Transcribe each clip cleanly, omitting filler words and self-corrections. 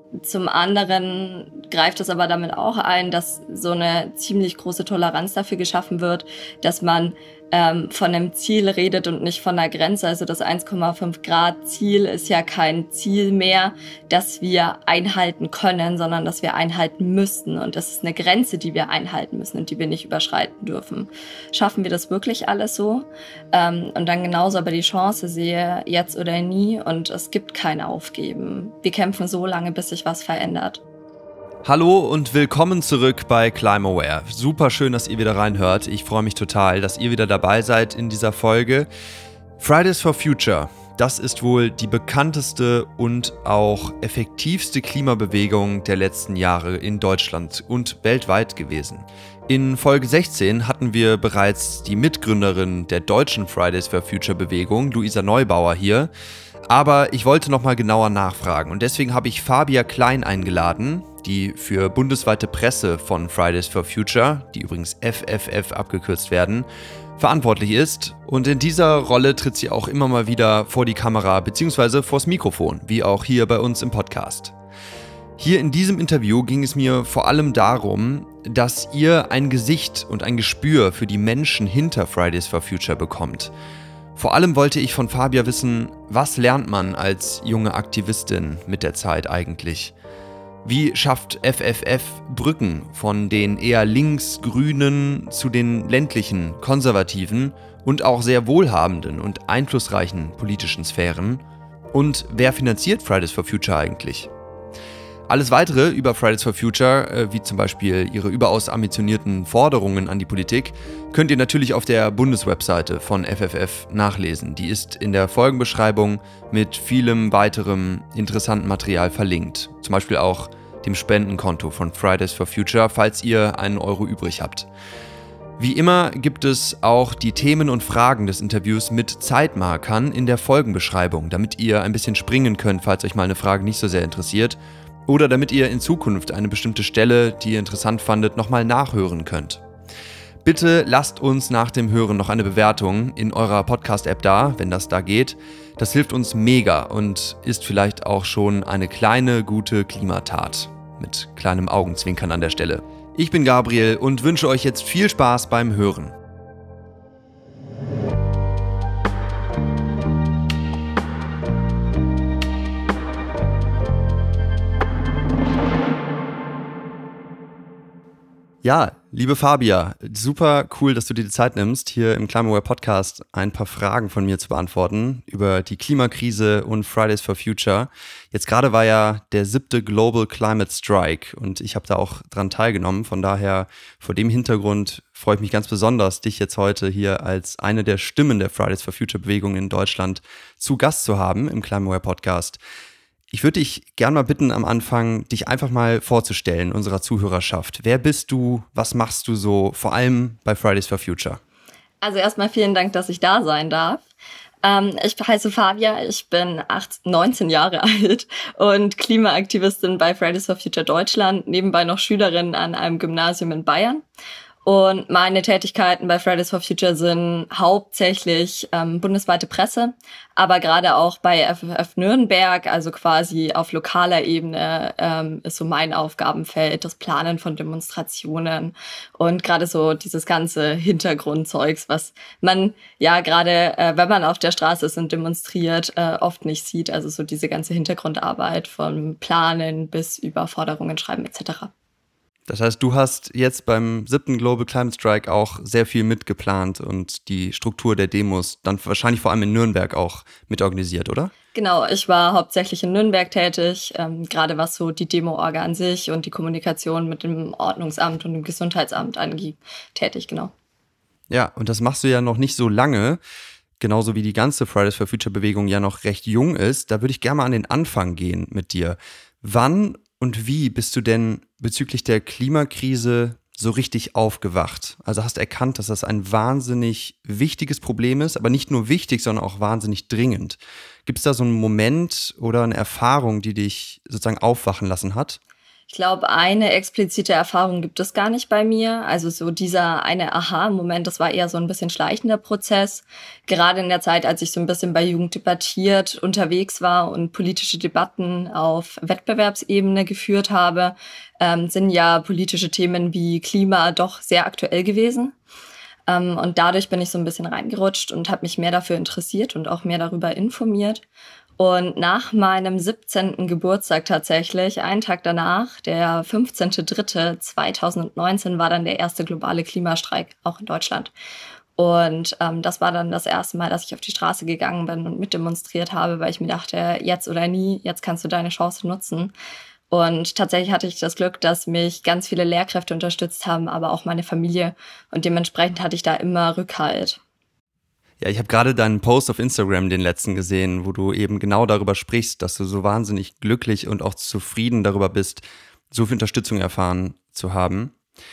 Zum anderen greift es aber damit auch ein, dass so eine ziemlich große Toleranz dafür geschaffen wird, dass man von einem Ziel redet und nicht von einer Grenze. Also das 1,5 Grad Ziel ist ja kein Ziel mehr, das wir einhalten können, sondern das wir einhalten müssen. Und das ist eine Grenze, die wir einhalten müssen und die wir nicht überschreiten dürfen. Schaffen wir das wirklich alles so? Und dann genauso aber die Chance sehe, jetzt oder nie, und es gibt kein Aufgeben. Wir kämpfen so lange, bis sich was verändert. Hallo und willkommen zurück bei Climaware. Super schön, dass ihr wieder reinhört. Ich freue mich total, dass ihr wieder dabei seid in dieser Folge. Fridays for Future, das ist wohl die bekannteste und auch effektivste Klimabewegung der letzten Jahre in Deutschland und weltweit gewesen. In Folge 16 hatten wir bereits die Mitgründerin der deutschen Fridays for Future Bewegung, Luisa Neubauer, hier. Aber ich wollte nochmal genauer nachfragen und deswegen habe ich Fabia Klein eingeladen, die für bundesweite Presse von Fridays for Future, die übrigens FFF abgekürzt werden, verantwortlich ist. Und in dieser Rolle tritt sie auch immer mal wieder vor die Kamera bzw. vors Mikrofon, wie auch hier bei uns im Podcast. Hier in diesem Interview ging es mir vor allem darum, dass ihr ein Gesicht und ein Gespür für die Menschen hinter Fridays for Future bekommt. Vor allem wollte ich von Fabia wissen, was lernt man als junge Aktivistin mit der Zeit eigentlich? Wie schafft FFF Brücken von den eher links-grünen zu den ländlichen, konservativen und auch sehr wohlhabenden und einflussreichen politischen Sphären? Und wer finanziert Fridays for Future eigentlich? Alles Weitere über Fridays for Future, wie zum Beispiel ihre überaus ambitionierten Forderungen an die Politik, könnt ihr natürlich auf der Bundeswebseite von FFF nachlesen. Die ist in der Folgenbeschreibung mit vielem weiterem interessanten Material verlinkt. Zum Beispiel auch dem Spendenkonto von Fridays for Future, falls ihr einen Euro übrig habt. Wie immer gibt es auch die Themen und Fragen des Interviews mit Zeitmarkern in der Folgenbeschreibung, damit ihr ein bisschen springen könnt, falls euch mal eine Frage nicht so sehr interessiert. Oder damit ihr in Zukunft eine bestimmte Stelle, die ihr interessant fandet, nochmal nachhören könnt. Bitte lasst uns nach dem Hören noch eine Bewertung in eurer Podcast-App da, wenn das da geht. Das hilft uns mega und ist vielleicht auch schon eine kleine, gute Klimatat. Mit kleinem Augenzwinkern an der Stelle. Ich bin Gabriel und wünsche euch jetzt viel Spaß beim Hören. Ja, liebe Fabia, super cool, dass du dir die Zeit nimmst, hier im Climaware Podcast ein paar Fragen von mir zu beantworten über die Klimakrise und Fridays for Future. Jetzt gerade war ja der 7. Global Climate Strike und ich habe da auch dran teilgenommen. Von daher, vor dem Hintergrund freue ich mich ganz besonders, dich jetzt heute hier als eine der Stimmen der Fridays for Future Bewegung in Deutschland zu Gast zu haben im Climaware Podcast. Ich würde dich gerne mal bitten, am Anfang dich einfach mal vorzustellen, unserer Zuhörerschaft. Wer bist du? Was machst du so, vor allem bei Fridays for Future? Also erstmal vielen Dank, dass ich da sein darf. Ich heiße Fabia, ich bin 19 Jahre alt und Klimaaktivistin bei Fridays for Future Deutschland, nebenbei noch Schülerin an einem Gymnasium in Bayern. Und meine Tätigkeiten bei Fridays for Future sind hauptsächlich bundesweite Presse, aber gerade auch bei FFF Nürnberg, also quasi auf lokaler Ebene, ist so mein Aufgabenfeld, das Planen von Demonstrationen und gerade so dieses ganze Hintergrundzeugs, was man ja gerade, wenn man auf der Straße ist und demonstriert, oft nicht sieht. Also so diese ganze Hintergrundarbeit vom Planen bis über Forderungen schreiben etc. Das heißt, du hast jetzt beim 7. Global Climate Strike auch sehr viel mitgeplant und die Struktur der Demos dann wahrscheinlich vor allem in Nürnberg auch mitorganisiert, oder? Genau, ich war hauptsächlich in Nürnberg tätig, gerade was so die Demo-Orga an sich und die Kommunikation mit dem Ordnungsamt und dem Gesundheitsamt angeht, tätig, genau. Ja, und das machst du ja noch nicht so lange, genauso wie die ganze Fridays for Future Bewegung ja noch recht jung ist. Da würde ich gerne mal an den Anfang gehen mit dir. Wann und wie bist du denn bezüglich der Klimakrise so richtig aufgewacht? Also hast du erkannt, dass das ein wahnsinnig wichtiges Problem ist, aber nicht nur wichtig, sondern auch wahnsinnig dringend. Gibt es da so einen Moment oder eine Erfahrung, die dich sozusagen aufwachen lassen hat? Ich glaube, eine explizite Erfahrung gibt es gar nicht bei mir. Also so dieser eine Aha-Moment, das war eher so ein bisschen schleichender Prozess. Gerade in der Zeit, als ich so ein bisschen bei Jugend debattiert unterwegs war und politische Debatten auf Wettbewerbsebene geführt habe, sind ja politische Themen wie Klima doch sehr aktuell gewesen. Und dadurch bin ich so ein bisschen reingerutscht und habe mich mehr dafür interessiert und auch mehr darüber informiert. Und nach meinem 17. Geburtstag tatsächlich, einen Tag danach, der 15.03.2019, war dann der erste globale Klimastreik, auch in Deutschland. Und das war dann das erste Mal, dass ich auf die Straße gegangen bin und mitdemonstriert habe, weil ich mir dachte, jetzt oder nie, jetzt kannst du deine Chance nutzen. Und tatsächlich hatte ich das Glück, dass mich ganz viele Lehrkräfte unterstützt haben, aber auch meine Familie. Und dementsprechend hatte ich da immer Rückhalt. Ja, ich habe gerade deinen Post auf Instagram, den letzten, gesehen, wo du eben genau darüber sprichst, dass du so wahnsinnig glücklich und auch zufrieden darüber bist, so viel Unterstützung erfahren zu haben.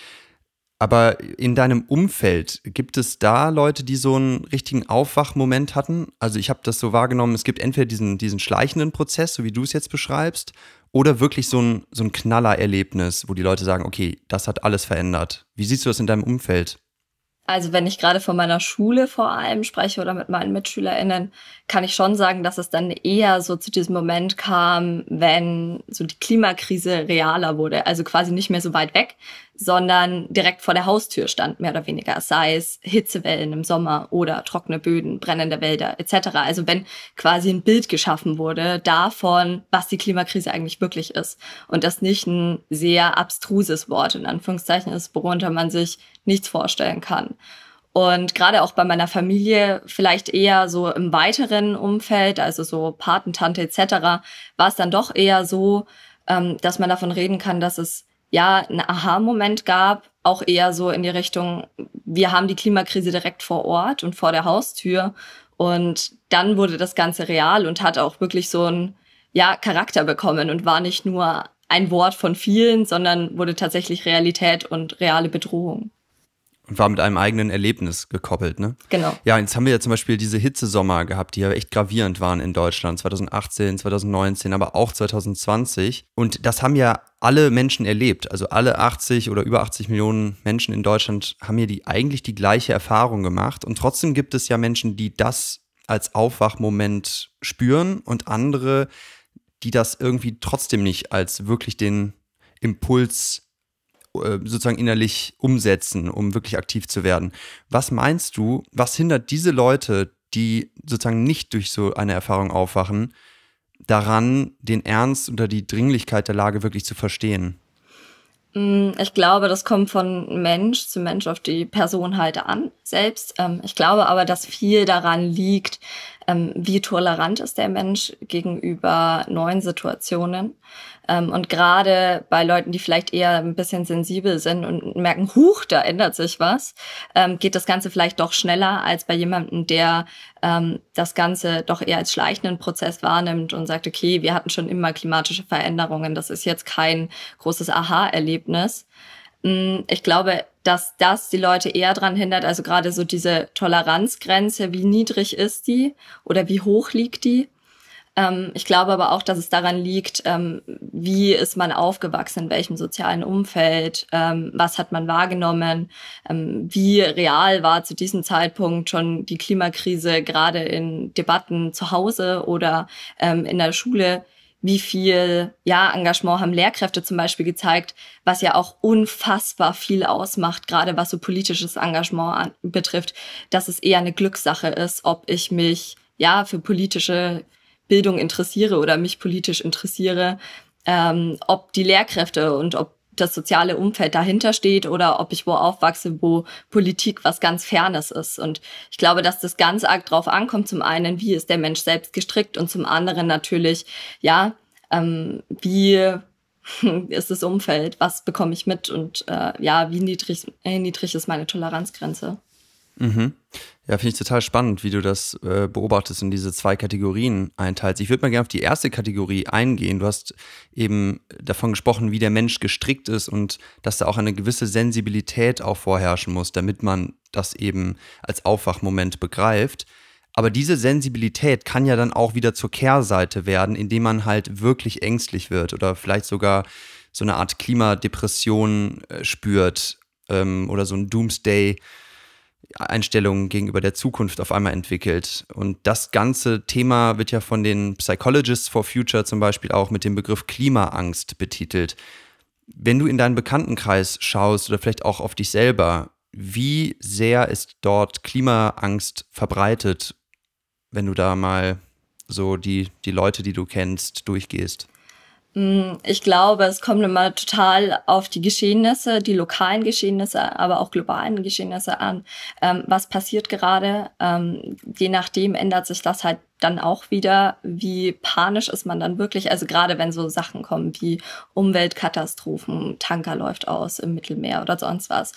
Aber in deinem Umfeld, gibt es da Leute, die so einen richtigen Aufwachmoment hatten? Also ich habe das so wahrgenommen, es gibt entweder diesen schleichenden Prozess, so wie du es jetzt beschreibst, oder wirklich so ein Knallererlebnis, wo die Leute sagen, okay, das hat alles verändert. Wie siehst du das in deinem Umfeld? Also wenn ich gerade von meiner Schule vor allem spreche oder mit meinen MitschülerInnen, kann ich schon sagen, dass es dann eher so zu diesem Moment kam, wenn so die Klimakrise realer wurde. Also quasi nicht mehr so weit weg, sondern direkt vor der Haustür stand, mehr oder weniger. Sei es Hitzewellen im Sommer oder trockene Böden, brennende Wälder etc. Also wenn quasi ein Bild geschaffen wurde davon, was die Klimakrise eigentlich wirklich ist. Und das nicht ein sehr abstruses Wort in Anführungszeichen ist, worunter man sich nichts vorstellen kann. Und gerade auch bei meiner Familie, vielleicht eher so im weiteren Umfeld, also so Patentante etc., war es dann doch eher so, dass man davon reden kann, dass es ja einen Aha-Moment gab, auch eher so in die Richtung, wir haben die Klimakrise direkt vor Ort und vor der Haustür. Und dann wurde das Ganze real und hat auch wirklich so einen Charakter bekommen und war nicht nur ein Wort von vielen, sondern wurde tatsächlich Realität und reale Bedrohung. Und war mit einem eigenen Erlebnis gekoppelt, ne? Genau. Ja, jetzt haben wir ja zum Beispiel diese Hitzesommer gehabt, die ja echt gravierend waren in Deutschland, 2018, 2019, aber auch 2020. Und das haben ja alle Menschen erlebt. Also alle 80 oder über 80 Millionen Menschen in Deutschland haben ja eigentlich die gleiche Erfahrung gemacht. Und trotzdem gibt es ja Menschen, die das als Aufwachmoment spüren und andere, die das irgendwie trotzdem nicht als wirklich den Impuls sozusagen innerlich umsetzen, um wirklich aktiv zu werden. Was meinst du, was hindert diese Leute, die sozusagen nicht durch so eine Erfahrung aufwachen, daran, den Ernst oder die Dringlichkeit der Lage wirklich zu verstehen? Ich glaube, das kommt von Mensch zu Mensch auf die Person halt an selbst. Ich glaube aber, dass viel daran liegt, wie tolerant ist der Mensch gegenüber neuen Situationen. Und gerade bei Leuten, die vielleicht eher ein bisschen sensibel sind und merken, huch, da ändert sich was, geht das Ganze vielleicht doch schneller als bei jemandem, der das Ganze doch eher als schleichenden Prozess wahrnimmt und sagt, okay, wir hatten schon immer klimatische Veränderungen, das ist jetzt kein großes Aha-Erlebnis. Ich glaube, dass das die Leute eher dran hindert, also gerade so diese Toleranzgrenze, wie niedrig ist die oder wie hoch liegt die? Ich glaube aber auch, dass es daran liegt, wie ist man aufgewachsen, in welchem sozialen Umfeld, was hat man wahrgenommen, wie real war zu diesem Zeitpunkt schon die Klimakrise, gerade in Debatten zu Hause oder in der Schule. Wie viel Engagement haben Lehrkräfte zum Beispiel gezeigt, was ja auch unfassbar viel ausmacht, gerade was so politisches Engagement betrifft, dass es eher eine Glückssache ist, ob ich mich für politische Bildung interessiere oder mich politisch interessiere, ob die Lehrkräfte und ob das soziale Umfeld dahinter steht oder ob ich wo aufwachse, wo Politik was ganz Fernes ist. Und ich glaube, dass das ganz arg drauf ankommt, zum einen, wie ist der Mensch selbst gestrickt und zum anderen natürlich, wie ist das Umfeld, was bekomme ich mit und wie niedrig ist meine Toleranzgrenze. Mhm. Ja, finde ich total spannend, wie du das beobachtest und diese zwei Kategorien einteilst. Ich würde mal gerne auf die erste Kategorie eingehen. Du hast eben davon gesprochen, wie der Mensch gestrickt ist und dass da auch eine gewisse Sensibilität auch vorherrschen muss, damit man das eben als Aufwachmoment begreift. Aber diese Sensibilität kann ja dann auch wieder zur Kehrseite werden, indem man halt wirklich ängstlich wird oder vielleicht sogar so eine Art Klimadepression spürt oder so ein Doomsday-Einstellung gegenüber der Zukunft auf einmal entwickelt. Und das ganze Thema wird ja von den Psychologists for Future zum Beispiel auch mit dem Begriff Klimaangst betitelt. Wenn du in deinen Bekanntenkreis schaust oder vielleicht auch auf dich selber, wie sehr ist dort Klimaangst verbreitet, wenn du da mal so die Leute, die du kennst, durchgehst? Ich glaube, es kommt immer total auf die Geschehnisse, die lokalen Geschehnisse, aber auch globalen Geschehnisse an. Was passiert gerade? Je nachdem ändert sich das halt dann auch wieder. Wie panisch ist man dann wirklich? Also gerade wenn so Sachen kommen wie Umweltkatastrophen, Tanker läuft aus im Mittelmeer oder sonst was,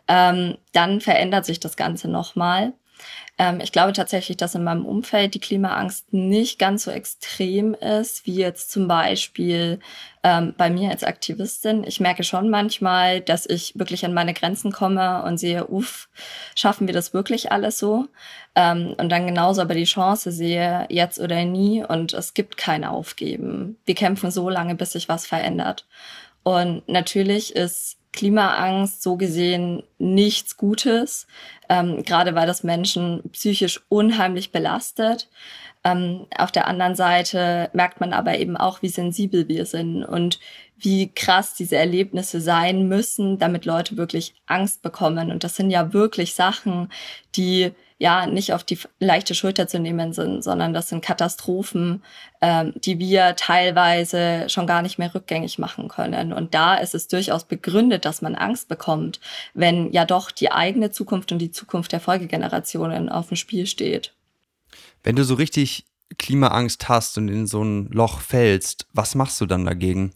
dann verändert sich das Ganze nochmal. Ich glaube tatsächlich, dass in meinem Umfeld die Klimaangst nicht ganz so extrem ist, wie jetzt zum Beispiel bei mir als Aktivistin. Ich merke schon manchmal, dass ich wirklich an meine Grenzen komme und sehe, schaffen wir das wirklich alles so? Und dann genauso aber die Chance sehe, jetzt oder nie, und es gibt kein Aufgeben. Wir kämpfen so lange, bis sich was verändert. Und natürlich ist Klimaangst so gesehen nichts Gutes, gerade weil das Menschen psychisch unheimlich belastet. Auf der anderen Seite merkt man aber eben auch, wie sensibel wir sind und wie krass diese Erlebnisse sein müssen, damit Leute wirklich Angst bekommen. Und das sind ja wirklich Sachen, die ja nicht auf die leichte Schulter zu nehmen sind, sondern das sind Katastrophen, die wir teilweise schon gar nicht mehr rückgängig machen können. Und da ist es durchaus begründet, dass man Angst bekommt, wenn ja doch die eigene Zukunft und die Zukunft der Folgegenerationen auf dem Spiel steht. Wenn du so richtig Klimaangst hast und in so ein Loch fällst, was machst du dann dagegen?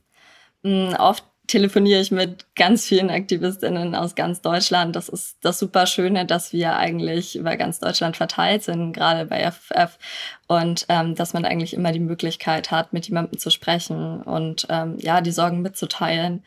Oft telefoniere ich mit ganz vielen AktivistInnen aus ganz Deutschland. Das ist das super Schöne, dass wir eigentlich über ganz Deutschland verteilt sind, gerade bei FFF. Und dass man eigentlich immer die Möglichkeit hat, mit jemandem zu sprechen und die Sorgen mitzuteilen.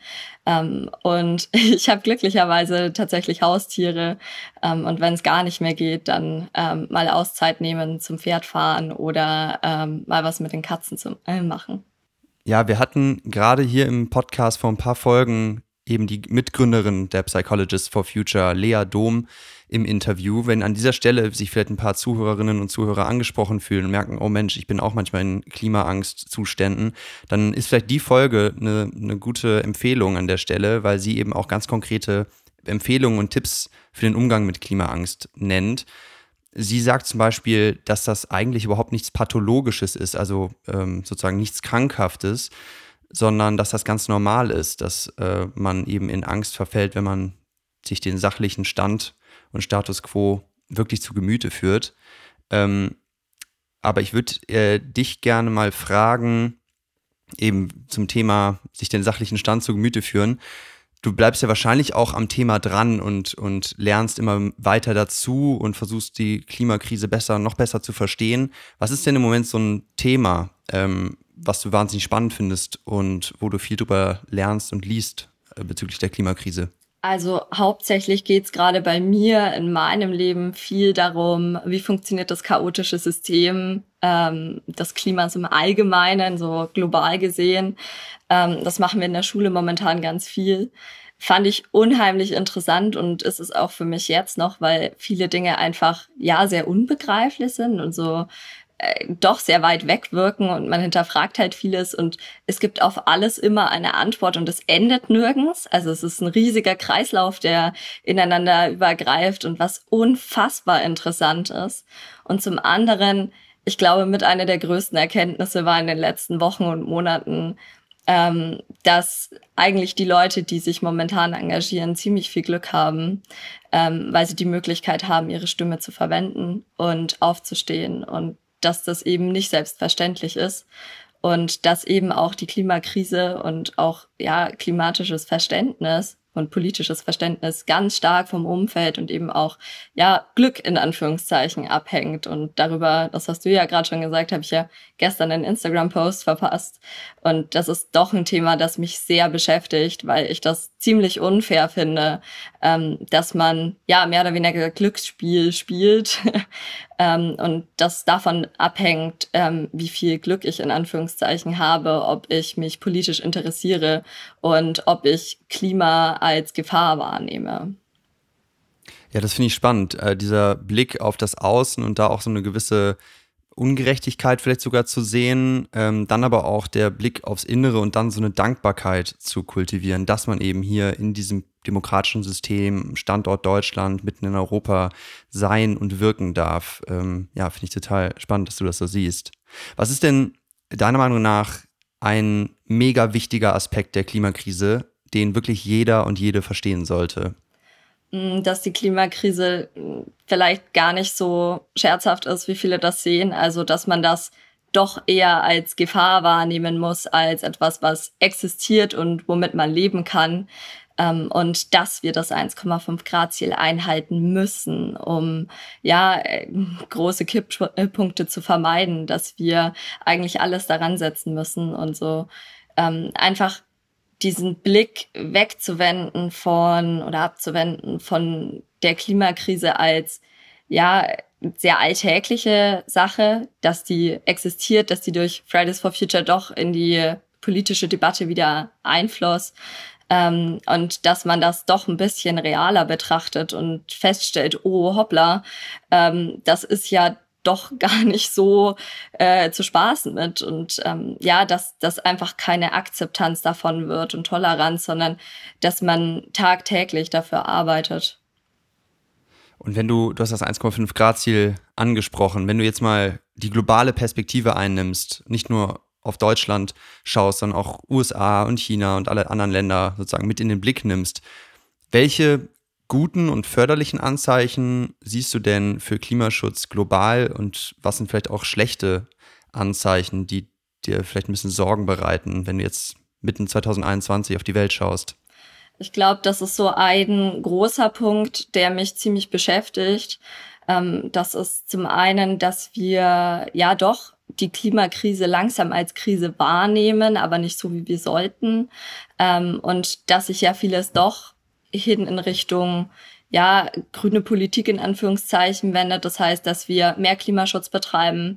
Und ich habe glücklicherweise tatsächlich Haustiere. Und wenn es gar nicht mehr geht, dann mal Auszeit nehmen, zum Pferd fahren oder mal was mit den Katzen zu machen. Ja, wir hatten gerade hier im Podcast vor ein paar Folgen eben die Mitgründerin der Psychologists for Future, Lea Dom, im Interview. Wenn an dieser Stelle sich vielleicht ein paar Zuhörerinnen und Zuhörer angesprochen fühlen und merken, oh Mensch, ich bin auch manchmal in Klimaangstzuständen, dann ist vielleicht die Folge eine gute Empfehlung an der Stelle, weil sie eben auch ganz konkrete Empfehlungen und Tipps für den Umgang mit Klimaangst nennt. Sie sagt zum Beispiel, dass das eigentlich überhaupt nichts Pathologisches ist, also sozusagen nichts Krankhaftes, sondern dass das ganz normal ist, dass man eben in Angst verfällt, wenn man sich den sachlichen Stand und Status quo wirklich zu Gemüte führt. Aber ich würde dich gerne mal fragen, eben zum Thema sich den sachlichen Stand zu Gemüte führen. Du bleibst ja wahrscheinlich auch am Thema dran und lernst immer weiter dazu und versuchst die Klimakrise noch besser zu verstehen. Was ist denn im Moment so ein Thema, was du wahnsinnig spannend findest und wo du viel drüber lernst und liest bezüglich der Klimakrise? Also hauptsächlich geht's gerade bei mir in meinem Leben viel darum, wie funktioniert das chaotische System des Klimas im Allgemeinen, so global gesehen. Das machen wir in der Schule momentan ganz viel. Fand ich unheimlich interessant und ist es auch für mich jetzt noch, weil viele Dinge einfach sehr unbegreiflich sind und so doch sehr weit weg wirken und man hinterfragt halt vieles und es gibt auf alles immer eine Antwort und es endet nirgends. Also es ist ein riesiger Kreislauf, der ineinander übergreift und was unfassbar interessant ist. Und zum anderen, ich glaube, mit einer der größten Erkenntnisse war in den letzten Wochen und Monaten, dass eigentlich die Leute, die sich momentan engagieren, ziemlich viel Glück haben, weil sie die Möglichkeit haben, ihre Stimme zu verwenden und aufzustehen und dass das eben nicht selbstverständlich ist und dass eben auch die Klimakrise und auch klimatisches Verständnis und politisches Verständnis ganz stark vom Umfeld und eben auch Glück in Anführungszeichen abhängt. Und darüber, das hast du ja gerade schon gesagt, habe ich ja gestern einen Instagram-Post verfasst. Und das ist doch ein Thema, das mich sehr beschäftigt, weil ich das ziemlich unfair finde, dass man mehr oder weniger Glücksspiel spielt und das davon abhängt, wie viel Glück ich in Anführungszeichen habe, ob ich mich politisch interessiere und ob ich Klima als Gefahr wahrnehme. Ja, das finde ich spannend. Dieser Blick auf das Außen und da auch so eine gewisse Ungerechtigkeit vielleicht sogar zu sehen, dann aber auch der Blick aufs Innere und dann so eine Dankbarkeit zu kultivieren, dass man eben hier in diesem demokratischen System, Standort Deutschland, mitten in Europa sein und wirken darf. Ja, finde ich total spannend, dass du das so siehst. Was ist denn deiner Meinung nach ein mega wichtiger Aspekt der Klimakrise, den wirklich jeder und jede verstehen sollte? Dass die Klimakrise vielleicht gar nicht so scherzhaft ist, wie viele das sehen. Also, dass man das doch eher als Gefahr wahrnehmen muss, als etwas, was existiert und womit man leben kann. Und dass wir das 1,5 Grad Ziel einhalten müssen, um große Kipppunkte zu vermeiden, dass wir eigentlich alles daran setzen müssen und so einfach diesen Blick wegzuwenden abzuwenden von der Klimakrise als sehr alltägliche Sache, dass die existiert, dass die durch Fridays for Future doch in die politische Debatte wieder einfloss, und dass man das doch ein bisschen realer betrachtet und feststellt, oh hoppla, das ist ja doch gar nicht so zu spaßen mit und dass einfach keine Akzeptanz davon wird und Toleranz, sondern dass man tagtäglich dafür arbeitet. Und wenn du hast das 1,5 Grad Ziel angesprochen, wenn du jetzt mal die globale Perspektive einnimmst, nicht nur auf Deutschland schaust, sondern auch USA und China und alle anderen Länder sozusagen mit in den Blick nimmst, welche guten und förderlichen Anzeichen siehst du denn für Klimaschutz global und was sind vielleicht auch schlechte Anzeichen, die dir vielleicht ein bisschen Sorgen bereiten, wenn du jetzt mitten 2021 auf die Welt schaust? Ich glaube, das ist so ein großer Punkt, der mich ziemlich beschäftigt. Das ist zum einen, dass wir ja doch die Klimakrise langsam als Krise wahrnehmen, aber nicht so, wie wir sollten. Und dass sich ja vieles doch hin in Richtung grüne Politik in Anführungszeichen wendet. Das heißt, dass wir mehr Klimaschutz betreiben.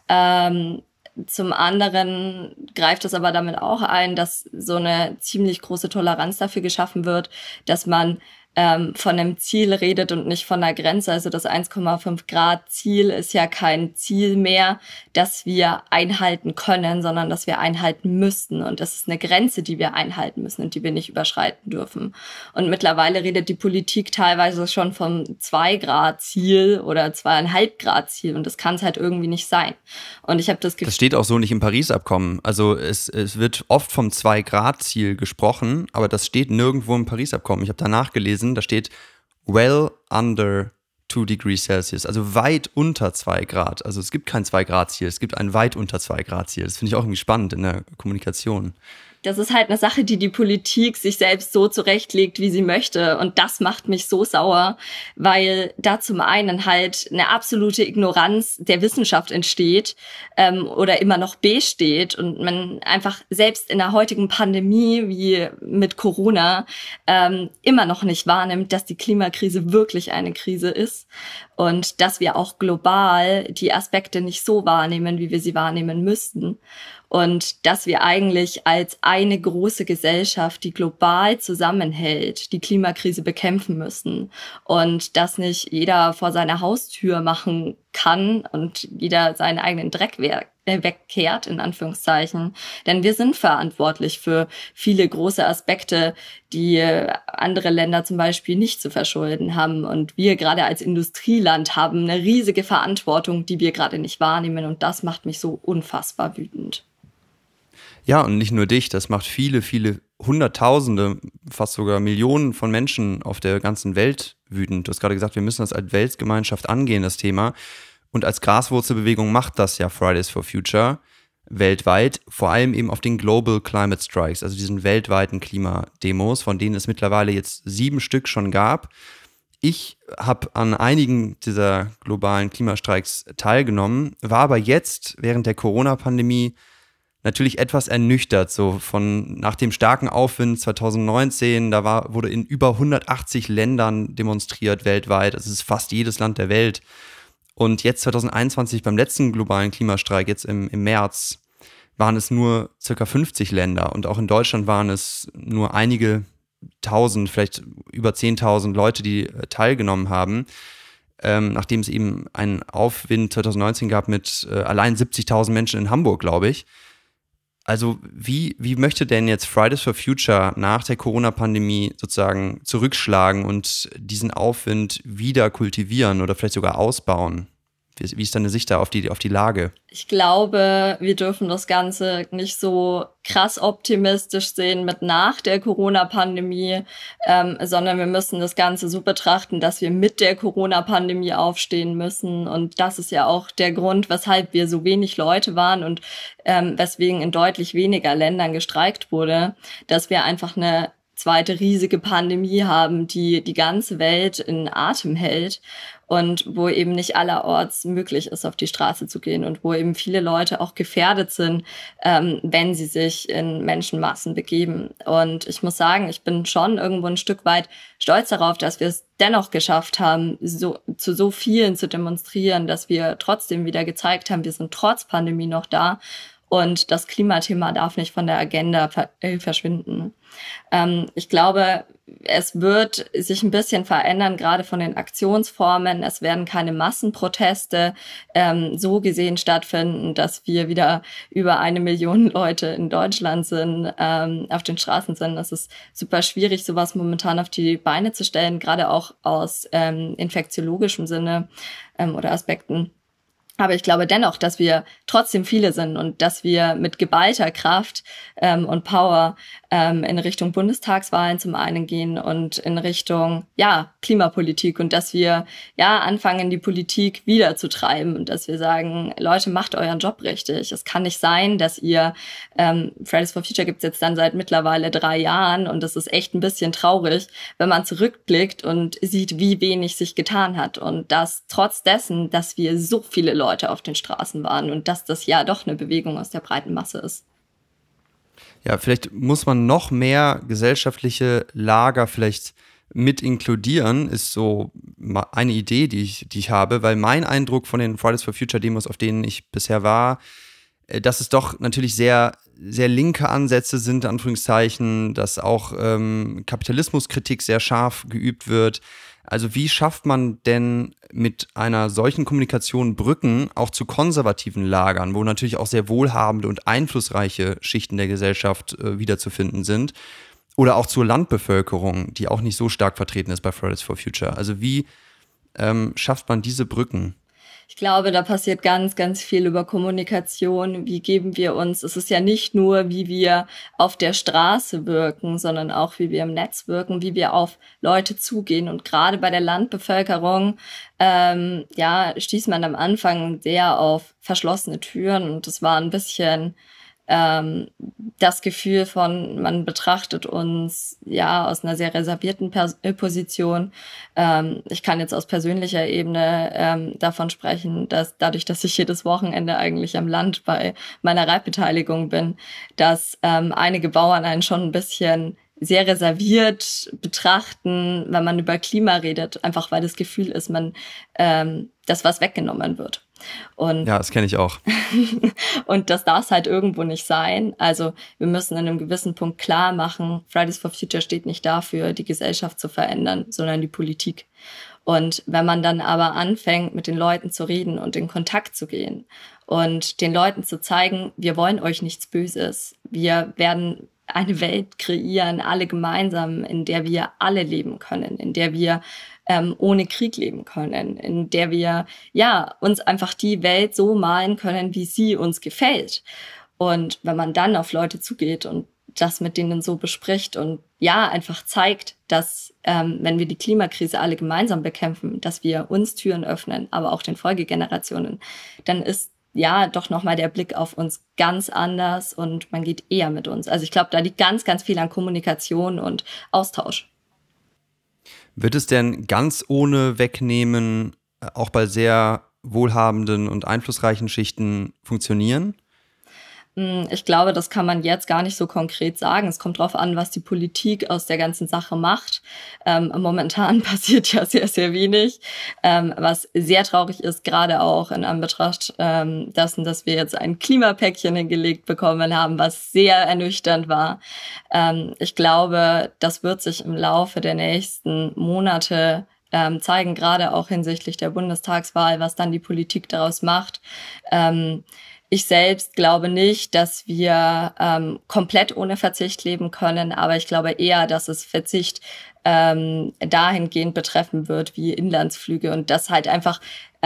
Zum anderen greift es aber damit auch ein, dass so eine ziemlich große Toleranz dafür geschaffen wird, dass man von einem Ziel redet und nicht von einer Grenze. Also das 1,5 Grad Ziel ist ja kein Ziel mehr, das wir einhalten können, sondern das wir einhalten müssen. Und das ist eine Grenze, die wir einhalten müssen und die wir nicht überschreiten dürfen. Und mittlerweile redet die Politik teilweise schon vom 2 Grad Ziel oder 2,5 Grad Ziel. Und das kann es halt irgendwie nicht sein. Und ich habe das Gefühl, das steht auch so nicht im Paris-Abkommen. Also es wird oft vom 2 Grad Ziel gesprochen, aber das steht nirgendwo im Paris-Abkommen. Ich habe da nachgelesen, da steht well under 2 degrees Celsius, also weit unter 2 Grad. Also es gibt kein 2 Grad Ziel, es gibt ein weit unter 2 Grad Ziel. Das finde ich auch irgendwie spannend in der Kommunikation. Das ist halt eine Sache, die Politik sich selbst so zurechtlegt, wie sie möchte. Und das macht mich so sauer, weil da zum einen halt eine absolute Ignoranz der Wissenschaft entsteht oder immer noch besteht und man einfach selbst in der heutigen Pandemie wie mit Corona immer noch nicht wahrnimmt, dass die Klimakrise wirklich eine Krise ist und dass wir auch global die Aspekte nicht so wahrnehmen, wie wir sie wahrnehmen müssten. Und dass wir eigentlich als eine große Gesellschaft, die global zusammenhält, die Klimakrise bekämpfen müssen. Und dass nicht jeder vor seiner Haustür machen kann und jeder seinen eigenen Dreck wegkehrt, in Anführungszeichen. Denn wir sind verantwortlich für viele große Aspekte, die andere Länder zum Beispiel nicht zu verschulden haben. Und wir gerade als Industrieland haben eine riesige Verantwortung, die wir gerade nicht wahrnehmen. Und das macht mich so unfassbar wütend. Ja, und nicht nur dich, das macht viele, viele Hunderttausende, fast sogar Millionen von Menschen auf der ganzen Welt wütend. Du hast gerade gesagt, wir müssen das als Weltgemeinschaft angehen, das Thema. Und als Graswurzelbewegung macht das ja Fridays for Future weltweit, vor allem eben auf den Global Climate Strikes, also diesen weltweiten Klimademos, von denen es mittlerweile jetzt 7 Stück schon gab. Ich habe an einigen dieser globalen Klimastreiks teilgenommen, war aber jetzt während der Corona-Pandemie natürlich etwas ernüchtert, so nach dem starken Aufwind 2019, wurde in über 180 Ländern demonstriert weltweit, also es ist fast jedes Land der Welt. Und jetzt 2021 beim letzten globalen Klimastreik, jetzt im März, waren es nur circa 50 Länder. Und auch in Deutschland waren es nur einige tausend, vielleicht über 10.000 Leute, die teilgenommen haben. Nachdem es eben einen Aufwind 2019 gab mit allein 70.000 Menschen in Hamburg, glaube ich. Also wie möchte denn jetzt Fridays for Future nach der Corona-Pandemie sozusagen zurückschlagen und diesen Aufwind wieder kultivieren oder vielleicht sogar ausbauen? Wie ist deine Sicht da auf die Lage? Ich glaube, wir dürfen das Ganze nicht so krass optimistisch sehen mit nach der Corona-Pandemie, sondern wir müssen das Ganze so betrachten, dass wir mit der Corona-Pandemie aufstehen müssen. Und das ist ja auch der Grund, weshalb wir so wenig Leute waren und weswegen in deutlich weniger Ländern gestreikt wurde, dass wir einfach eine zweite riesige Pandemie haben, die die ganze Welt in Atem hält und wo eben nicht allerorts möglich ist, auf die Straße zu gehen und wo eben viele Leute auch gefährdet sind, wenn sie sich in Menschenmassen begeben. Und ich muss sagen, ich bin schon irgendwo ein Stück weit stolz darauf, dass wir es dennoch geschafft haben, zu so vielen zu demonstrieren, dass wir trotzdem wieder gezeigt haben, wir sind trotz Pandemie noch da. Und das Klimathema darf nicht von der Agenda verschwinden. Ich glaube, es wird sich ein bisschen verändern, gerade von den Aktionsformen. Es werden keine Massenproteste so gesehen stattfinden, dass wir wieder über 1 Million Leute in Deutschland sind, auf den Straßen sind. Es ist super schwierig, sowas momentan auf die Beine zu stellen, gerade auch aus infektiologischem Sinne oder Aspekten. Aber ich glaube dennoch, dass wir trotzdem viele sind und dass wir mit geballter Kraft und Power in Richtung Bundestagswahlen zum einen gehen und in Richtung Klimapolitik und dass wir anfangen, die Politik wieder zu treiben und dass wir sagen, Leute, macht euren Job richtig. Es kann nicht sein, dass ihr Fridays for Future gibt's jetzt dann seit mittlerweile 3 Jahren und das ist echt ein bisschen traurig, wenn man zurückblickt und sieht, wie wenig sich getan hat und das trotz dessen, dass wir so viele Leute auf den Straßen waren und dass das ja doch eine Bewegung aus der breiten Masse ist. Ja, vielleicht muss man noch mehr gesellschaftliche Lager vielleicht mit inkludieren, ist so eine Idee, die ich habe, weil mein Eindruck von den Fridays for Future Demos, auf denen ich bisher war, dass es doch natürlich sehr, sehr linke Ansätze sind, in Anführungszeichen, dass auch Kapitalismuskritik sehr scharf geübt wird. Also wie schafft man denn mit einer solchen Kommunikation Brücken auch zu konservativen Lagern, wo natürlich auch sehr wohlhabende und einflussreiche Schichten der Gesellschaft wiederzufinden sind, oder auch zur Landbevölkerung, die auch nicht so stark vertreten ist bei Fridays for Future? Also wie schafft man diese Brücken? Ich glaube, da passiert ganz, ganz viel über Kommunikation. Wie geben wir uns? Es ist ja nicht nur, wie wir auf der Straße wirken, sondern auch, wie wir im Netz wirken, wie wir auf Leute zugehen. Und gerade bei der Landbevölkerung, stieß man am Anfang sehr auf verschlossene Türen. Und das war ein bisschen das Gefühl von, man betrachtet uns aus einer sehr reservierten Position. Ich kann jetzt aus persönlicher Ebene davon sprechen, dass dadurch, dass ich jedes Wochenende eigentlich am Land bei meiner Reitbeteiligung bin, dass einige Bauern einen schon ein bisschen sehr reserviert betrachten, wenn man über Klima redet, einfach weil das Gefühl ist, dass was weggenommen wird. Und ja, das kenne ich auch. Und das darf es halt irgendwo nicht sein. Also wir müssen an einem gewissen Punkt klar machen, Fridays for Future steht nicht dafür, die Gesellschaft zu verändern, sondern die Politik. Und wenn man dann aber anfängt, mit den Leuten zu reden und in Kontakt zu gehen und den Leuten zu zeigen, wir wollen euch nichts Böses, wir werden eine Welt kreieren, alle gemeinsam, in der wir alle leben können, in der wir ohne Krieg leben können, in der wir uns einfach die Welt so malen können, wie sie uns gefällt. Und wenn man dann auf Leute zugeht und das mit denen so bespricht und einfach zeigt, dass wenn wir die Klimakrise alle gemeinsam bekämpfen, dass wir uns Türen öffnen, aber auch den Folgegenerationen, dann ist doch nochmal der Blick auf uns ganz anders und man geht eher mit uns. Also ich glaube, da liegt ganz, ganz viel an Kommunikation und Austausch. Wird es denn ganz ohne Wegnehmen auch bei sehr wohlhabenden und einflussreichen Schichten funktionieren? Ich glaube, das kann man jetzt gar nicht so konkret sagen. Es kommt darauf an, was die Politik aus der ganzen Sache macht. Momentan passiert ja sehr, sehr wenig, was sehr traurig ist, gerade auch in Anbetracht dessen, dass wir jetzt ein Klimapäckchen hingelegt bekommen haben, was sehr ernüchternd war. Ich glaube, das wird sich im Laufe der nächsten Monate zeigen, gerade auch hinsichtlich der Bundestagswahl, was dann die Politik daraus macht. Ich selbst glaube nicht, dass wir komplett ohne Verzicht leben können, aber ich glaube eher, dass es Verzicht dahingehend betreffen wird wie Inlandsflüge und das halt einfach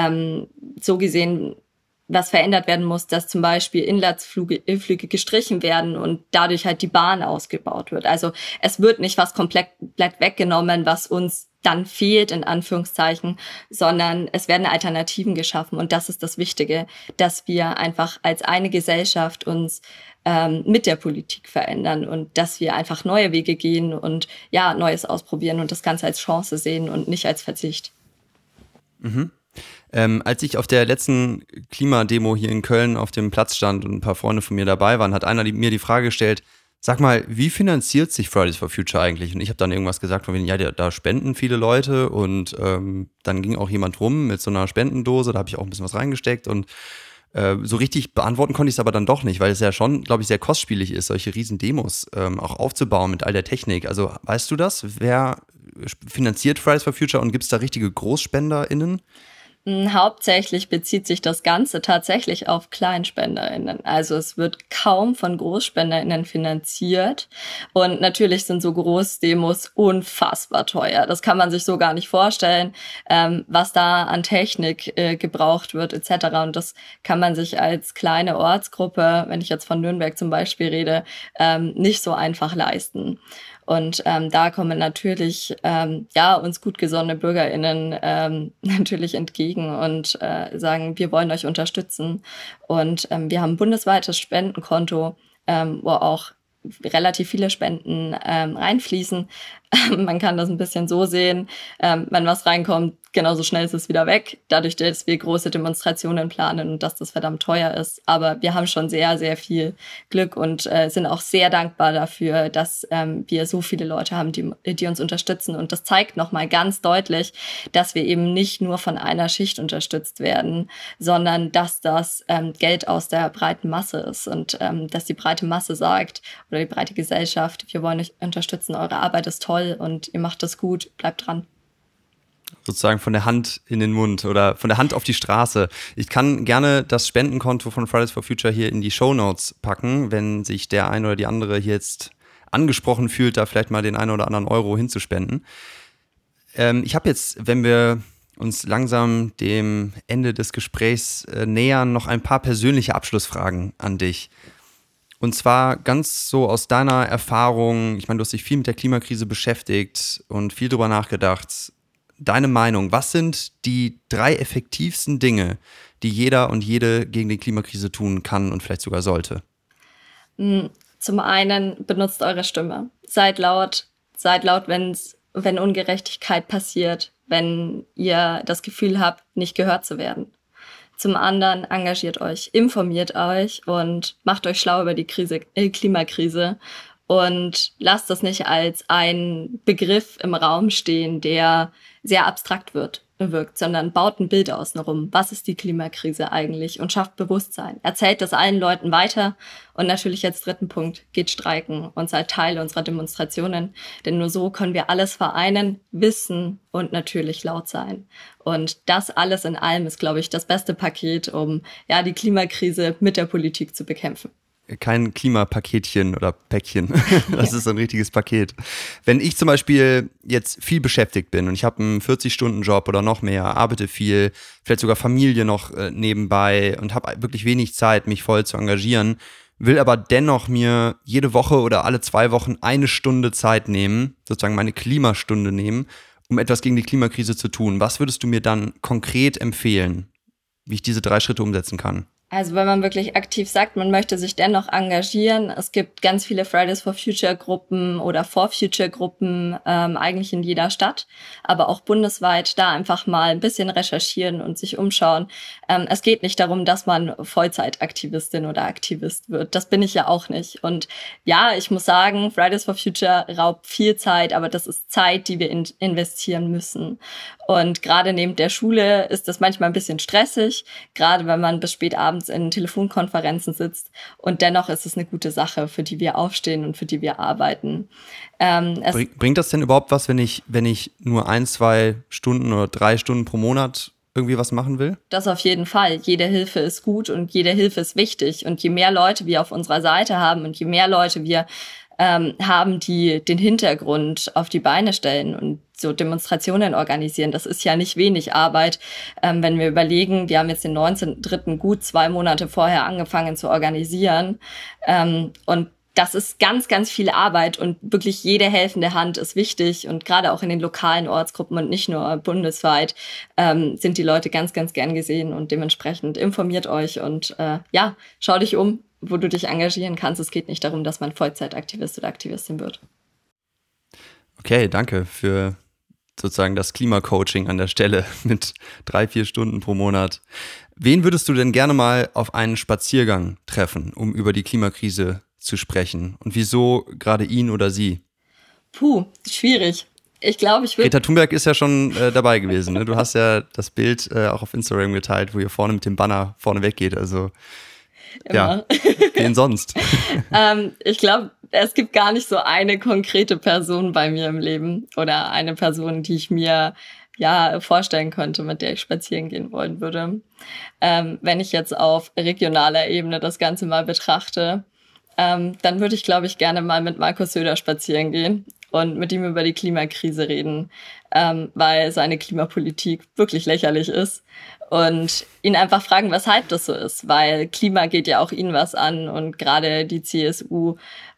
so gesehen was verändert werden muss, dass zum Beispiel Inlandsflüge gestrichen werden und dadurch halt die Bahn ausgebaut wird. Also es wird nicht was komplett weggenommen, was uns dann fehlt, in Anführungszeichen, sondern es werden Alternativen geschaffen. Und das ist das Wichtige, dass wir einfach als eine Gesellschaft uns mit der Politik verändern und dass wir einfach neue Wege gehen und ja, Neues ausprobieren und das Ganze als Chance sehen und nicht als Verzicht. Mhm. Als ich auf der letzten Klimademo hier in Köln auf dem Platz stand und ein paar Freunde von mir dabei waren, hat einer mir die Frage gestellt, sag mal, wie finanziert sich Fridays for Future eigentlich? Und ich habe dann irgendwas gesagt von wegen, ja, da spenden viele Leute und dann ging auch jemand rum mit so einer Spendendose, da habe ich auch ein bisschen was reingesteckt und so richtig beantworten konnte ich es aber dann doch nicht, weil es ja schon, glaube ich, sehr kostspielig ist, solche riesen Demos auch aufzubauen mit all der Technik. Also weißt du das? Wer finanziert Fridays for Future und gibt es da richtige GroßspenderInnen? Hauptsächlich bezieht sich das Ganze tatsächlich auf KleinspenderInnen. Also es wird kaum von GroßspenderInnen finanziert. Und natürlich sind so Großdemos unfassbar teuer. Das kann man sich so gar nicht vorstellen, was da an Technik gebraucht wird etc. Und das kann man sich als kleine Ortsgruppe, wenn ich jetzt von Nürnberg zum Beispiel rede, nicht so einfach leisten. Und da kommen natürlich uns gut gesonnene BürgerInnen natürlich entgegen und sagen, wir wollen euch unterstützen. Und wir haben ein bundesweites Spendenkonto, wo auch relativ viele Spenden reinfließen. Man kann das ein bisschen so sehen, wenn was reinkommt, genauso schnell ist es wieder weg, dadurch, dass wir große Demonstrationen planen und dass das verdammt teuer ist. Aber wir haben schon sehr, sehr viel Glück und sind auch sehr dankbar dafür, dass wir so viele Leute haben, die uns unterstützen. Und das zeigt nochmal ganz deutlich, dass wir eben nicht nur von einer Schicht unterstützt werden, sondern dass das Geld aus der breiten Masse ist und dass die breite Masse sagt oder die breite Gesellschaft, wir wollen euch unterstützen, eure Arbeit ist toll und ihr macht das gut, bleibt dran. Sozusagen von der Hand in den Mund oder von der Hand auf die Straße. Ich kann gerne das Spendenkonto von Fridays for Future hier in die Shownotes packen, wenn sich der eine oder die andere hier jetzt angesprochen fühlt, da vielleicht mal den einen oder anderen Euro hinzuspenden. Ich habe jetzt, wenn wir uns langsam dem Ende des Gesprächs nähern, noch ein paar persönliche Abschlussfragen an dich. Und zwar ganz so aus deiner Erfahrung, ich meine, du hast dich viel mit der Klimakrise beschäftigt und viel drüber nachgedacht. Deine Meinung, was sind die 3 effektivsten Dinge, die jeder und jede gegen die Klimakrise tun kann und vielleicht sogar sollte? Zum einen, benutzt eure Stimme. Seid laut, wenn Ungerechtigkeit passiert, wenn ihr das Gefühl habt, nicht gehört zu werden. Zum anderen, engagiert euch, informiert euch und macht euch schlau über die Klimakrise und lasst das nicht als ein Begriff im Raum stehen, der sehr abstrakt wirkt, sondern baut ein Bild außenrum. Was ist die Klimakrise eigentlich? Und schafft Bewusstsein. Erzählt das allen Leuten weiter. Und natürlich als 3. Punkt, geht streiken und seid Teil unserer Demonstrationen. Denn nur so können wir alles vereinen, wissen und natürlich laut sein. Und das alles in allem ist, glaube ich, das beste Paket, um die Klimakrise mit der Politik zu bekämpfen. Kein Klimapaketchen oder Päckchen. Das ist ein richtiges Paket. Wenn ich zum Beispiel jetzt viel beschäftigt bin und ich habe einen 40-Stunden-Job oder noch mehr, arbeite viel, vielleicht sogar Familie noch nebenbei und habe wirklich wenig Zeit, mich voll zu engagieren, will aber dennoch mir jede Woche oder alle 2 Wochen 1 Stunde Zeit nehmen, sozusagen meine Klimastunde nehmen, um etwas gegen die Klimakrise zu tun. Was würdest du mir dann konkret empfehlen, wie ich diese 3 Schritte umsetzen kann? Also wenn man wirklich aktiv sagt, man möchte sich dennoch engagieren, es gibt ganz viele Fridays for Future Gruppen oder For Future Gruppen, eigentlich in jeder Stadt, aber auch bundesweit, da einfach mal ein bisschen recherchieren und sich umschauen. Es geht nicht darum, dass man Vollzeitaktivistin oder Aktivist wird. Das bin ich ja auch nicht. Und ja, ich muss sagen, Fridays for Future raubt viel Zeit, aber das ist Zeit, die wir investieren müssen. Und gerade neben der Schule ist das manchmal ein bisschen stressig, gerade wenn man bis spät abends in Telefonkonferenzen sitzt. Und dennoch ist es eine gute Sache, für die wir aufstehen und für die wir arbeiten. Bringt das denn überhaupt was, wenn ich nur 1, 2 Stunden oder 3 Stunden pro Monat irgendwie was machen will? Das auf jeden Fall. Jede Hilfe ist gut und jede Hilfe ist wichtig. Und je mehr Leute wir auf unserer Seite haben und je mehr Leute wir haben, die den Hintergrund auf die Beine stellen und so Demonstrationen organisieren. Das ist ja nicht wenig Arbeit. Wenn wir überlegen, wir haben jetzt den 19.3. gut 2 Monate vorher angefangen zu organisieren. Und das ist ganz, ganz viel Arbeit und wirklich jede helfende Hand ist wichtig. Und gerade auch in den lokalen Ortsgruppen und nicht nur bundesweit sind die Leute ganz, ganz gern gesehen und dementsprechend informiert euch und ja, schau dich um, wo du dich engagieren kannst. Es geht nicht darum, dass man Vollzeitaktivist oder Aktivistin wird. Okay, danke für sozusagen das Klimacoaching an der Stelle mit 3, 4 Stunden pro Monat. Wen würdest du denn gerne mal auf einen Spaziergang treffen, um über die Klimakrise zu sprechen? Und wieso gerade ihn oder sie? Puh, schwierig. Ich glaube, ich würde... Greta Thunberg ist ja schon dabei gewesen. Ne? Du hast ja das Bild auch auf Instagram geteilt, wo ihr vorne mit dem Banner vorne weggeht. Also Immer. Ja, wen sonst? Ich glaube, es gibt gar nicht so eine konkrete Person bei mir im Leben oder eine Person, die ich mir ja vorstellen könnte, mit der ich spazieren gehen wollen würde. Wenn ich jetzt auf regionaler Ebene das Ganze mal betrachte, dann würde ich, glaube ich, gerne mal mit Markus Söder spazieren gehen und mit ihm über die Klimakrise reden, weil seine Klimapolitik wirklich lächerlich ist. Und ihn einfach fragen, weshalb das so ist, weil Klima geht ja auch ihn was an und gerade die CSU,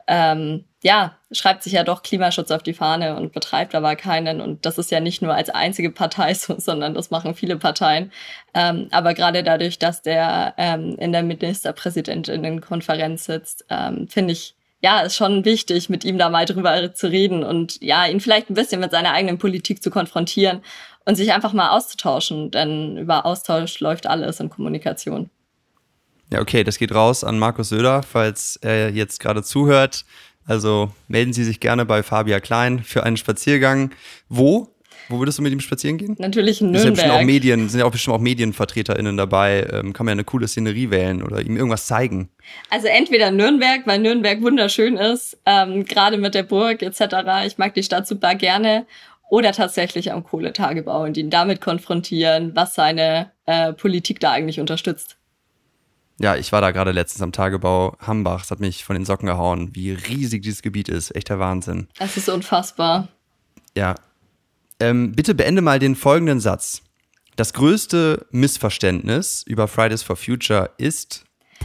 ja, schreibt sich ja doch Klimaschutz auf die Fahne und betreibt aber keinen. Und das ist ja nicht nur als einzige Partei so, sondern das machen viele Parteien. Aber gerade dadurch, dass der in der Ministerpräsidentinnenkonferenz sitzt, finde ich, ja, ist schon wichtig, mit ihm da mal drüber zu reden und ja, ihn vielleicht ein bisschen mit seiner eigenen Politik zu konfrontieren und sich einfach mal auszutauschen, denn über Austausch läuft alles in Kommunikation. Ja, okay, das geht raus an Markus Söder, falls er jetzt gerade zuhört. Also melden Sie sich gerne bei Fabia Klein für einen Spaziergang. Wo? Wo würdest du mit ihm spazieren gehen? Natürlich in Nürnberg. Sind ja bestimmt auch MedienvertreterInnen dabei. Kann man ja eine coole Szenerie wählen oder ihm irgendwas zeigen. Also entweder Nürnberg, weil Nürnberg wunderschön ist, gerade mit der Burg etc. Ich mag die Stadt super gerne. Oder tatsächlich am Kohletagebau und ihn damit konfrontieren, was seine Politik da eigentlich unterstützt. Ja, ich war da gerade letztens am Tagebau Hambach. Es hat mich von den Socken gehauen, wie riesig dieses Gebiet ist. Echter Wahnsinn. Es ist unfassbar. Ja. Bitte beende mal den folgenden Satz. Das größte Missverständnis über Fridays for Future ist... ...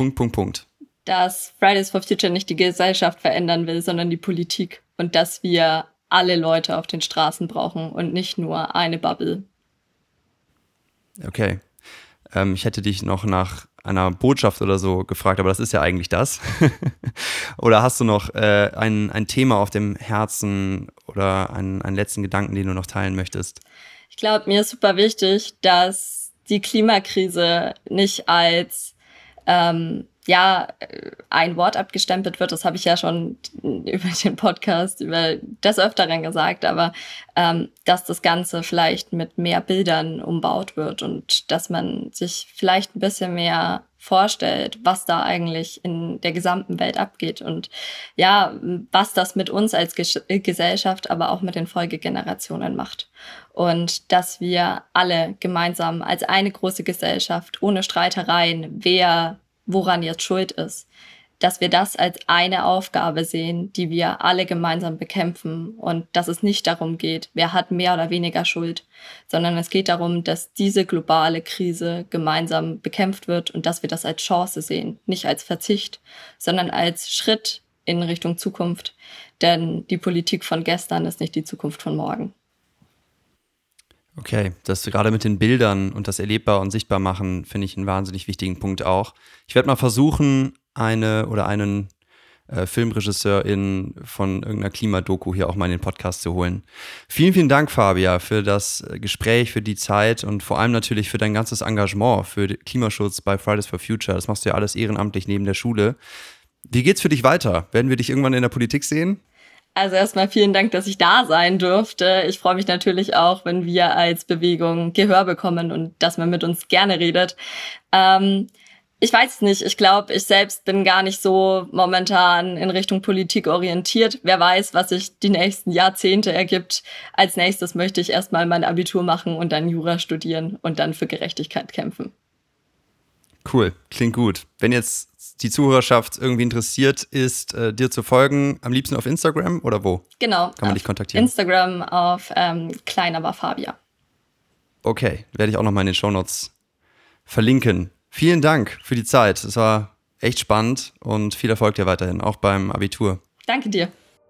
Dass Fridays for Future nicht die Gesellschaft verändern will, sondern die Politik. Und dass wir alle Leute auf den Straßen brauchen und nicht nur eine Bubble. Okay. Ich hätte dich noch nach einer Botschaft oder so gefragt, aber das ist ja eigentlich das. Oder hast du noch ein Thema auf dem Herzen oder einen letzten Gedanken, den du noch teilen möchtest? Ich glaube, mir ist super wichtig, dass die Klimakrise nicht als ein Wort abgestempelt wird. Das habe ich ja schon über den Podcast über des Öfteren gesagt, aber dass das Ganze vielleicht mit mehr Bildern umbaut wird und dass man sich vielleicht ein bisschen mehr vorstellt, was da eigentlich in der gesamten Welt abgeht und ja, was das mit uns als Gesellschaft, aber auch mit den Folgegenerationen macht. Und dass wir alle gemeinsam als eine große Gesellschaft, ohne Streitereien, wer woran jetzt schuld ist, dass wir das als eine Aufgabe sehen, die wir alle gemeinsam bekämpfen und dass es nicht darum geht, wer hat mehr oder weniger Schuld, sondern es geht darum, dass diese globale Krise gemeinsam bekämpft wird und dass wir das als Chance sehen, nicht als Verzicht, sondern als Schritt in Richtung Zukunft, denn die Politik von gestern ist nicht die Zukunft von morgen. Okay, das gerade mit den Bildern und das erlebbar und sichtbar machen, finde ich einen wahnsinnig wichtigen Punkt auch. Ich werde mal versuchen, einen Filmregisseurin von irgendeiner Klimadoku hier auch mal in den Podcast zu holen. Vielen, vielen Dank, Fabia, für das Gespräch, für die Zeit und vor allem natürlich für dein ganzes Engagement für Klimaschutz bei Fridays for Future. Das machst du ja alles ehrenamtlich neben der Schule. Wie geht's für dich weiter? Werden wir dich irgendwann in der Politik sehen? Also erstmal vielen Dank, dass ich da sein durfte. Ich freue mich natürlich auch, wenn wir als Bewegung Gehör bekommen und dass man mit uns gerne redet. Ich weiß es nicht. Ich glaube, ich selbst bin gar nicht so momentan in Richtung Politik orientiert. Wer weiß, was sich die nächsten Jahrzehnte ergibt. Als nächstes möchte ich erstmal mein Abitur machen und dann Jura studieren und dann für Gerechtigkeit kämpfen. Cool, klingt gut. Wenn jetzt die Zuhörerschaft irgendwie interessiert ist, dir zu folgen, am liebsten auf Instagram oder wo? Genau. Kann man dich kontaktieren? Instagram auf klein aber Fabia. Okay, werde ich auch nochmal in den Shownotes verlinken. Vielen Dank für die Zeit. Es war echt spannend und viel Erfolg dir weiterhin, auch beim Abitur. Danke dir.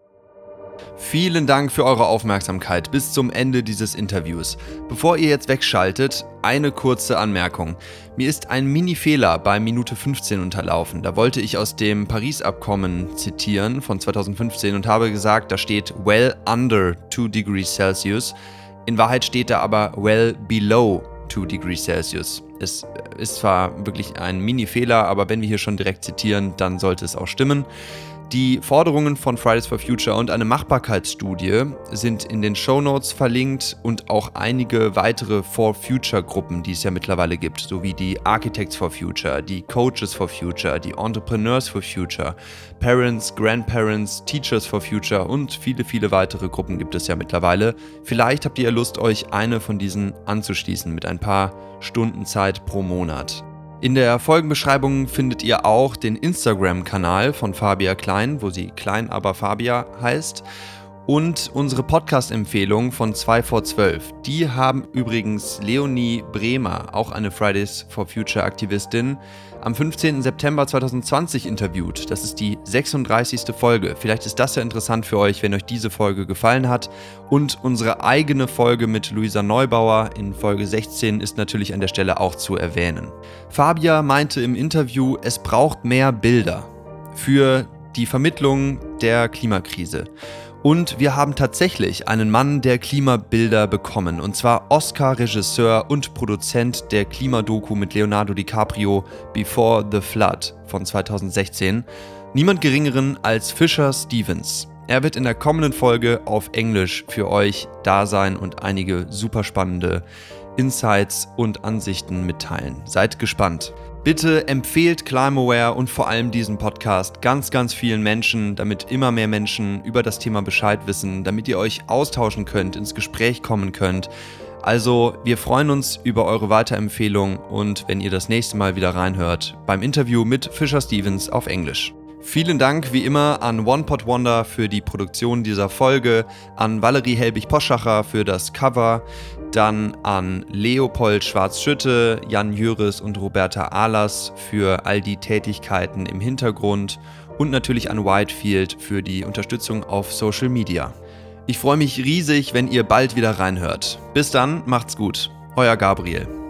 Vielen Dank für eure Aufmerksamkeit bis zum Ende dieses Interviews. Bevor ihr jetzt wegschaltet, eine kurze Anmerkung. Mir ist ein Mini-Fehler bei Minute 15 unterlaufen. Da wollte ich aus dem Paris-Abkommen zitieren von 2015 und habe gesagt, da steht well under 2 degrees Celsius. In Wahrheit steht da aber well below 2 degrees Celsius. Es ist zwar wirklich ein Mini-Fehler, aber wenn wir hier schon direkt zitieren, dann sollte es auch stimmen. Die Forderungen von Fridays for Future und eine Machbarkeitsstudie sind in den Shownotes verlinkt und auch einige weitere For-Future-Gruppen, die es ja mittlerweile gibt, sowie die Architects for Future, die Coaches for Future, die Entrepreneurs for Future, Parents, Grandparents, Teachers for Future und viele, viele weitere Gruppen gibt es ja mittlerweile. Vielleicht habt ihr ja Lust, euch eine von diesen anzuschließen mit ein paar Stunden Zeit pro Monat. In der Folgenbeschreibung findet ihr auch den Instagram-Kanal von Fabia Klein, wo sie Klein aber Fabia heißt, und unsere Podcast-Empfehlung von 2 vor 12. Die haben übrigens Leonie Bremer, auch eine Fridays for Future Aktivistin, am 15. September 2020 interviewt. Das ist die 36. Folge. Vielleicht ist das ja interessant für euch, wenn euch diese Folge gefallen hat. Und unsere eigene Folge mit Luisa Neubauer in Folge 16 ist natürlich an der Stelle auch zu erwähnen. Fabia meinte im Interview, es braucht mehr Bilder für die Vermittlung der Klimakrise. Und wir haben tatsächlich einen Mann der Klimabilder bekommen, und zwar Oscar-Regisseur und Produzent der Klimadoku mit Leonardo DiCaprio Before the Flood von 2016, niemand Geringeren als Fisher Stevens. Er wird in der kommenden Folge auf Englisch für euch da sein und einige super spannende Insights und Ansichten mitteilen. Seid gespannt. Bitte empfehlt Climaware und vor allem diesen Podcast ganz, ganz vielen Menschen, damit immer mehr Menschen über das Thema Bescheid wissen, damit ihr euch austauschen könnt, ins Gespräch kommen könnt. Also, wir freuen uns über eure Weiterempfehlung und wenn ihr das nächste Mal wieder reinhört beim Interview mit Fisher Stevens auf Englisch. Vielen Dank wie immer an One Pot Wonder für die Produktion dieser Folge, an Valerie Helbig-Poschacher für das Cover, dann an Leopold Schwarz-Schütte, Jan Jöris und Roberta Ahlers für all die Tätigkeiten im Hintergrund und natürlich an Whitefield für die Unterstützung auf Social Media. Ich freue mich riesig, wenn ihr bald wieder reinhört. Bis dann, macht's gut. Euer Gabriel.